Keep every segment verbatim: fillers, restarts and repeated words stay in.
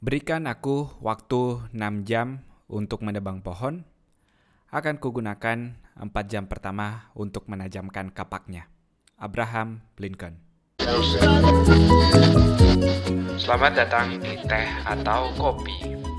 Berikan aku waktu enam jam untuk menebang pohon, akan kugunakan empat jam pertama untuk menajamkan kapaknya. Abraham Lincoln. Selamat datang di Teh atau Kopi.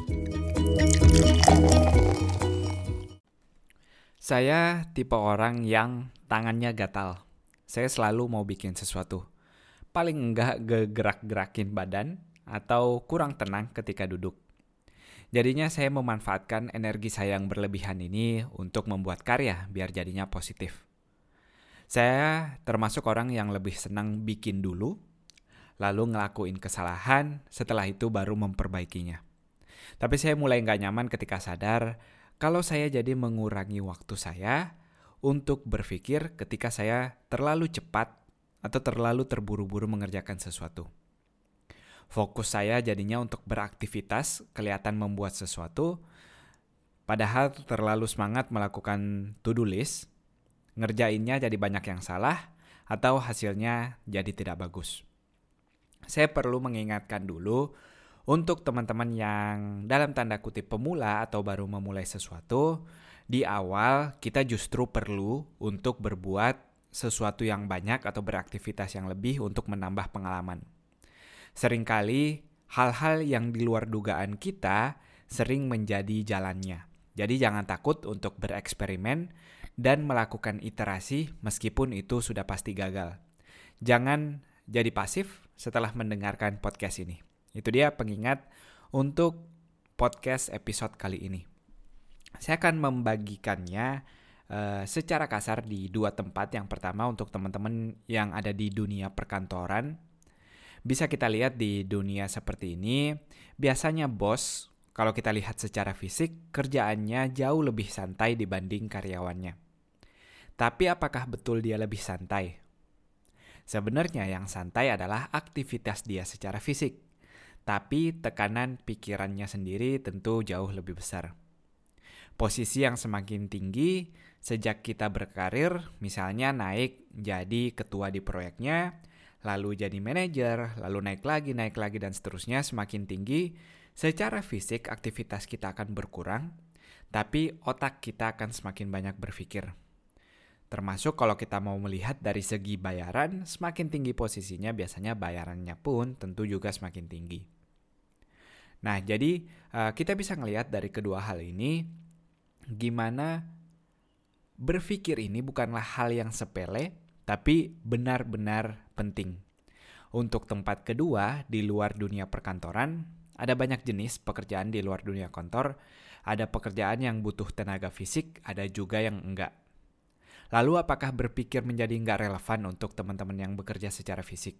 Saya tipe orang yang tangannya gatal. Saya selalu mau bikin sesuatu. Paling enggak gerak-gerakin badan atau kurang tenang ketika duduk. Jadinya saya memanfaatkan energi saya yang berlebihan ini untuk membuat karya biar jadinya positif. Saya termasuk orang yang lebih senang bikin dulu, lalu ngelakuin kesalahan, setelah itu baru memperbaikinya. Tapi saya mulai nggak nyaman ketika sadar kalau saya jadi mengurangi waktu saya untuk berpikir ketika saya terlalu cepat atau terlalu terburu-buru mengerjakan sesuatu. Fokus saya jadinya untuk beraktivitas, kelihatan membuat sesuatu, padahal terlalu semangat melakukan to-do list, ngerjainnya jadi banyak yang salah, atau hasilnya jadi tidak bagus. Saya perlu mengingatkan dulu untuk teman-teman yang dalam tanda kutip pemula atau baru memulai sesuatu, di awal kita justru perlu untuk berbuat sesuatu yang banyak atau beraktivitas yang lebih untuk menambah pengalaman. Seringkali hal-hal yang di luar dugaan kita sering menjadi jalannya. Jadi jangan takut untuk bereksperimen dan melakukan iterasi meskipun itu sudah pasti gagal. Jangan jadi pasif setelah mendengarkan podcast ini. Itu dia pengingat untuk podcast episode kali ini. Saya akan membagikannya uh, secara kasar di dua tempat. Yang pertama untuk teman-teman yang ada di dunia perkantoran. Bisa kita lihat di dunia seperti ini, biasanya bos, kalau kita lihat secara fisik, kerjaannya jauh lebih santai dibanding karyawannya. Tapi apakah betul dia lebih santai? Sebenarnya yang santai adalah aktivitas dia secara fisik, tapi tekanan pikirannya sendiri tentu jauh lebih besar. Posisi yang semakin tinggi sejak kita berkarir, misalnya naik jadi ketua di proyeknya, lalu jadi manajer, lalu naik lagi, naik lagi, dan seterusnya semakin tinggi, secara fisik aktivitas kita akan berkurang, tapi otak kita akan semakin banyak berpikir. Termasuk kalau kita mau melihat dari segi bayaran, semakin tinggi posisinya biasanya bayarannya pun tentu juga semakin tinggi. Nah, jadi kita bisa ngelihat dari kedua hal ini, gimana berpikir ini bukanlah hal yang sepele, tapi benar-benar penting. Untuk tempat kedua, di luar dunia perkantoran, ada banyak jenis pekerjaan di luar dunia kantor. Ada pekerjaan yang butuh tenaga fisik, ada juga yang enggak. Lalu apakah berpikir menjadi enggak relevan untuk teman-teman yang bekerja secara fisik?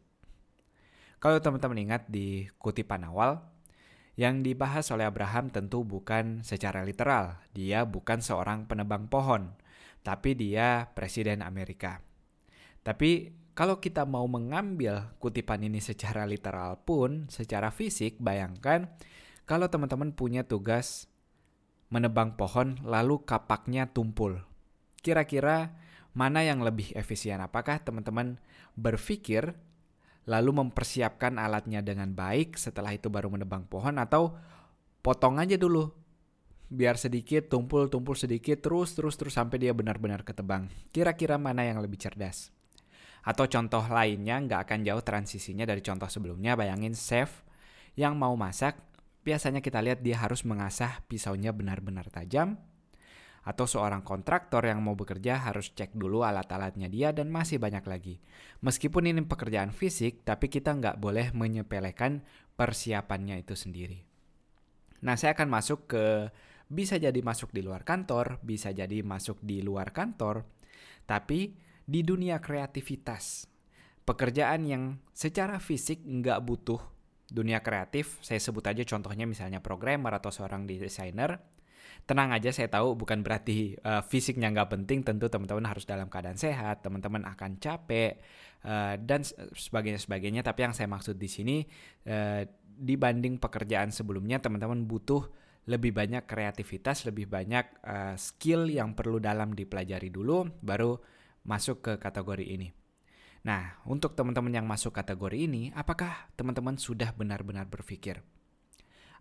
Kalau teman-teman ingat di kutipan awal, yang dibahas oleh Abraham tentu bukan secara literal. Dia bukan seorang penebang pohon, tapi dia presiden Amerika. Tapi kalau kita mau mengambil kutipan ini secara literal pun, secara fisik, bayangkan kalau teman-teman punya tugas menebang pohon lalu kapaknya tumpul. Kira-kira mana yang lebih efisien? Apakah teman-teman berpikir lalu mempersiapkan alatnya dengan baik setelah itu baru menebang pohon, atau potong aja dulu biar sedikit tumpul-tumpul sedikit terus terus terus sampai dia benar-benar ketebang? Kira-kira mana yang lebih cerdas? Atau contoh lainnya nggak akan jauh transisinya dari contoh sebelumnya. Bayangin chef yang mau masak, biasanya kita lihat dia harus mengasah pisaunya benar-benar tajam. Atau seorang kontraktor yang mau bekerja harus cek dulu alat-alatnya dia, dan masih banyak lagi. Meskipun ini pekerjaan fisik, tapi kita nggak boleh menyepelekan persiapannya itu sendiri. Nah, saya akan masuk ke, bisa jadi masuk di luar kantor, bisa jadi masuk di luar kantor, tapi di dunia kreativitas, pekerjaan yang secara fisik nggak butuh dunia kreatif, saya sebut aja contohnya misalnya programmer atau seorang desainer. Tenang aja, saya tahu bukan berarti uh, fisiknya nggak penting, tentu teman-teman harus dalam keadaan sehat, teman-teman akan capek, uh, dan sebagainya-sebagainya. Tapi yang saya maksud di sini, uh, dibanding pekerjaan sebelumnya, teman-teman butuh lebih banyak kreativitas, lebih banyak uh, skill yang perlu dalam dipelajari dulu, baru masuk ke kategori ini. Nah, untuk teman-teman yang masuk kategori ini, apakah teman-teman sudah benar-benar berpikir?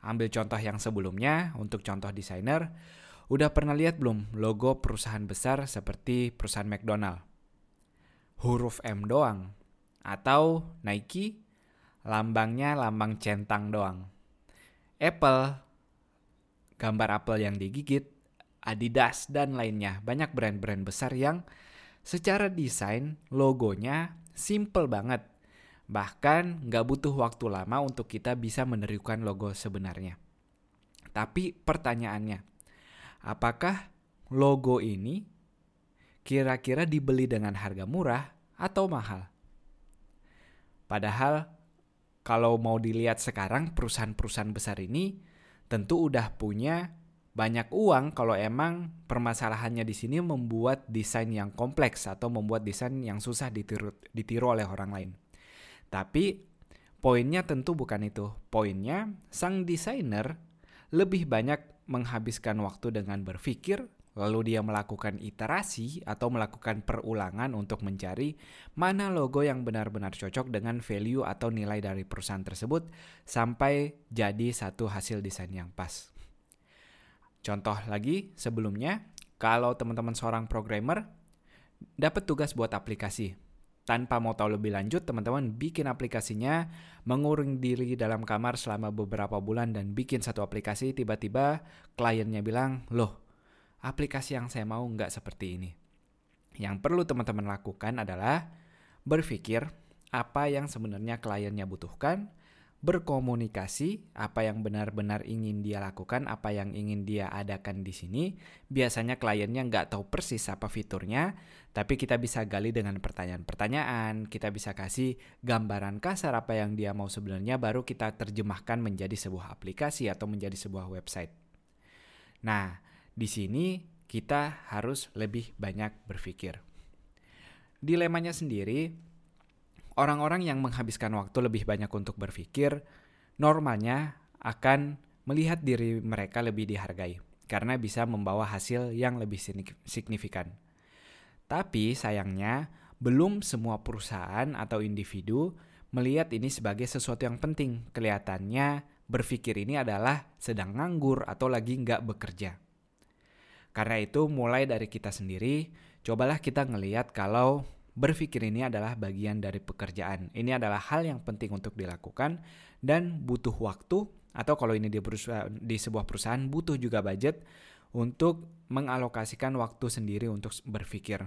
Ambil contoh yang sebelumnya, untuk contoh desainer, udah pernah lihat belum logo perusahaan besar seperti perusahaan McDonald? Huruf M doang. Atau Nike, lambangnya lambang centang doang. Apple, gambar apel yang digigit, Adidas, dan lainnya. Banyak brand-brand besar yang secara desain logonya simple banget. Bahkan nggak butuh waktu lama untuk kita bisa menirukan logo sebenarnya. Tapi pertanyaannya, apakah logo ini kira-kira dibeli dengan harga murah atau mahal? Padahal kalau mau dilihat sekarang perusahaan-perusahaan besar ini tentu udah punya banyak uang kalau emang permasalahannya di sini membuat desain yang kompleks atau membuat desain yang susah ditiru, ditiru oleh orang lain. Tapi poinnya tentu bukan itu. Poinnya sang desainer lebih banyak menghabiskan waktu dengan berpikir, lalu dia melakukan iterasi atau melakukan perulangan untuk mencari mana logo yang benar-benar cocok dengan value atau nilai dari perusahaan tersebut sampai jadi satu hasil desain yang pas. Contoh lagi sebelumnya, kalau teman-teman seorang programmer dapat tugas buat aplikasi. Tanpa mau tahu lebih lanjut, teman-teman bikin aplikasinya, mengurung diri dalam kamar selama beberapa bulan dan bikin satu aplikasi, tiba-tiba kliennya bilang, loh, aplikasi yang saya mau nggak seperti ini. Yang perlu teman-teman lakukan adalah berpikir apa yang sebenarnya kliennya butuhkan, berkomunikasi apa yang benar-benar ingin dia lakukan, apa yang ingin dia adakan di sini. Biasanya kliennya nggak tahu persis apa fiturnya, tapi kita bisa gali dengan pertanyaan-pertanyaan, kita bisa kasih gambaran kasar apa yang dia mau sebenarnya, baru kita terjemahkan menjadi sebuah aplikasi atau menjadi sebuah website. Nah, di sini kita harus lebih banyak berpikir. Dilemanya sendiri, orang-orang yang menghabiskan waktu lebih banyak untuk berpikir, normalnya akan melihat diri mereka lebih dihargai, karena bisa membawa hasil yang lebih signifikan. Tapi sayangnya, belum semua perusahaan atau individu melihat ini sebagai sesuatu yang penting. Kelihatannya berpikir ini adalah sedang nganggur atau lagi nggak bekerja. Karena itu mulai dari kita sendiri, cobalah kita ngelihat kalau berpikir ini adalah bagian dari pekerjaan. Ini adalah hal yang penting untuk dilakukan dan butuh waktu, atau kalau ini di, di sebuah perusahaan butuh juga budget untuk mengalokasikan waktu sendiri untuk berpikir.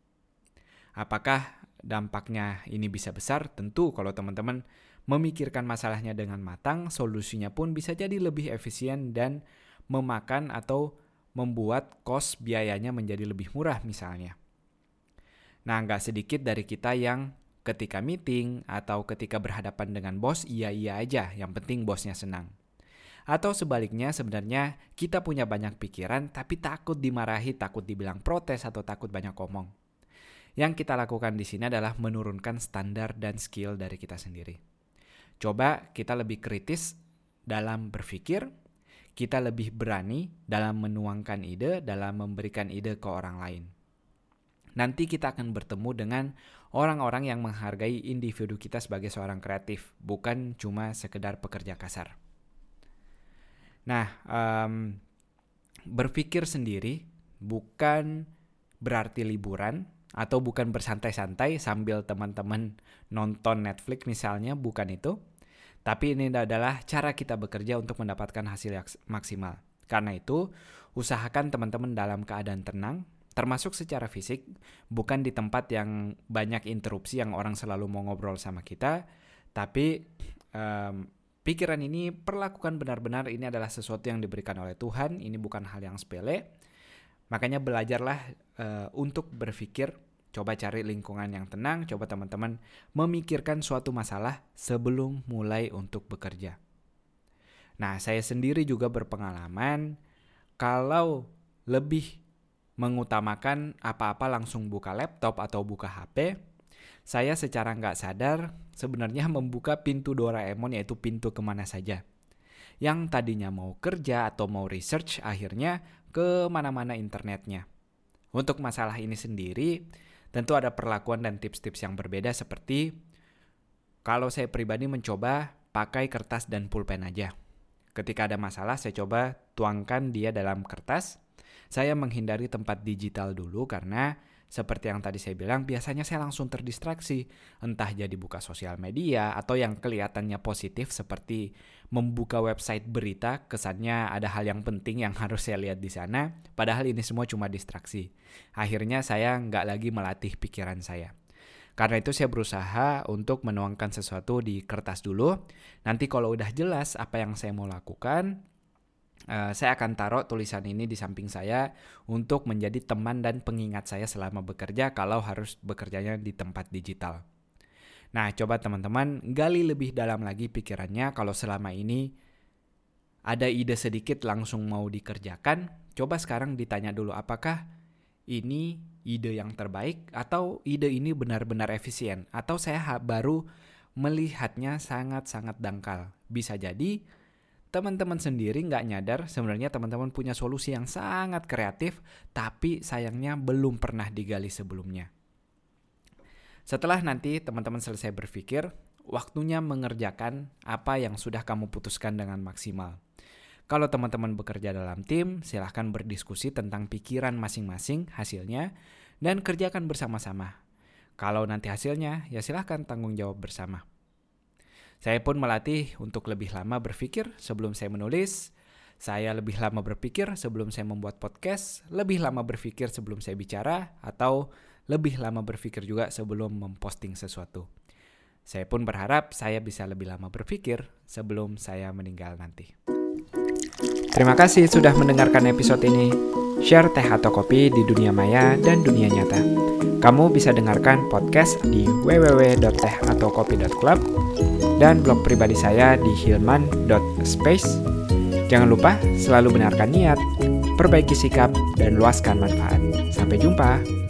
Apakah dampaknya ini bisa besar? Tentu kalau teman-teman memikirkan masalahnya dengan matang, solusinya pun bisa jadi lebih efisien dan memakan atau membuat kos biayanya menjadi lebih murah misalnya. Nah, nggak sedikit dari kita yang ketika meeting atau ketika berhadapan dengan bos, iya-iya aja, yang penting bosnya senang. Atau sebaliknya, sebenarnya kita punya banyak pikiran tapi takut dimarahi, takut dibilang protes, atau takut banyak omong. Yang kita lakukan di sini adalah menurunkan standar dan skill dari kita sendiri. Coba kita lebih kritis dalam berpikir, kita lebih berani dalam menuangkan ide, dalam memberikan ide ke orang lain. Nanti kita akan bertemu dengan orang-orang yang menghargai individu kita sebagai seorang kreatif, bukan cuma sekedar pekerja kasar. Nah, um, berpikir sendiri bukan berarti liburan atau bukan bersantai-santai sambil teman-teman nonton Netflix misalnya, bukan itu. Tapi ini adalah cara kita bekerja untuk mendapatkan hasil yang maksimal. Karena itu, usahakan teman-teman dalam keadaan tenang, termasuk secara fisik, bukan di tempat yang banyak interupsi yang orang selalu mau ngobrol sama kita, tapi um, pikiran ini perlakukan benar-benar ini adalah sesuatu yang diberikan oleh Tuhan, ini bukan hal yang sepele. Makanya belajarlah uh, untuk berpikir, coba cari lingkungan yang tenang, coba teman-teman memikirkan suatu masalah sebelum mulai untuk bekerja. Nah, saya sendiri juga berpengalaman kalau lebih mengutamakan apa-apa langsung buka laptop atau buka H P, saya secara nggak sadar sebenarnya membuka pintu Doraemon, yaitu pintu kemana saja. Yang tadinya mau kerja atau mau research, akhirnya ke mana-mana internetnya. Untuk masalah ini sendiri, tentu ada perlakuan dan tips-tips yang berbeda, seperti kalau saya pribadi mencoba pakai kertas dan pulpen aja. Ketika ada masalah, saya coba tuangkan dia dalam kertas. Saya menghindari tempat digital dulu karena seperti yang tadi saya bilang, biasanya saya langsung terdistraksi. Entah jadi buka sosial media atau yang kelihatannya positif seperti membuka website berita, kesannya ada hal yang penting yang harus saya lihat di sana. Padahal ini semua cuma distraksi. Akhirnya saya nggak lagi melatih pikiran saya. Karena itu saya berusaha untuk menuangkan sesuatu di kertas dulu. Nanti kalau udah jelas apa yang saya mau lakukan, uh, saya akan taruh tulisan ini di samping saya untuk menjadi teman dan pengingat saya selama bekerja kalau harus bekerjanya di tempat digital. Nah, coba teman-teman gali lebih dalam lagi pikirannya kalau selama ini ada ide sedikit langsung mau dikerjakan. Coba sekarang ditanya dulu apakah ini ide yang terbaik atau ide ini benar-benar efisien atau saya baru melihatnya sangat-sangat dangkal. Bisa jadi teman-teman sendiri nggak nyadar sebenarnya teman-teman punya solusi yang sangat kreatif tapi sayangnya belum pernah digali sebelumnya. Setelah nanti teman-teman selesai berpikir, waktunya mengerjakan apa yang sudah kamu putuskan dengan maksimal. Kalau teman-teman bekerja dalam tim, silahkan berdiskusi tentang pikiran masing-masing hasilnya dan kerjakan bersama-sama. Kalau nanti hasilnya, ya silahkan tanggung jawab bersama. Saya pun melatih untuk lebih lama berpikir sebelum saya menulis. Saya lebih lama berpikir sebelum saya membuat podcast, lebih lama berpikir sebelum saya bicara, atau lebih lama berpikir juga sebelum memposting sesuatu. Saya pun berharap saya bisa lebih lama berpikir sebelum saya meninggal nanti. Terima kasih sudah mendengarkan episode ini. Share teh atau kopi di dunia maya dan dunia nyata. Kamu bisa dengarkan podcast di w w w dot teh atau kopi dot club dan blog pribadi saya di hilman dot space. Jangan lupa selalu benarkan niat, perbaiki sikap, dan luaskan manfaat. Sampai jumpa.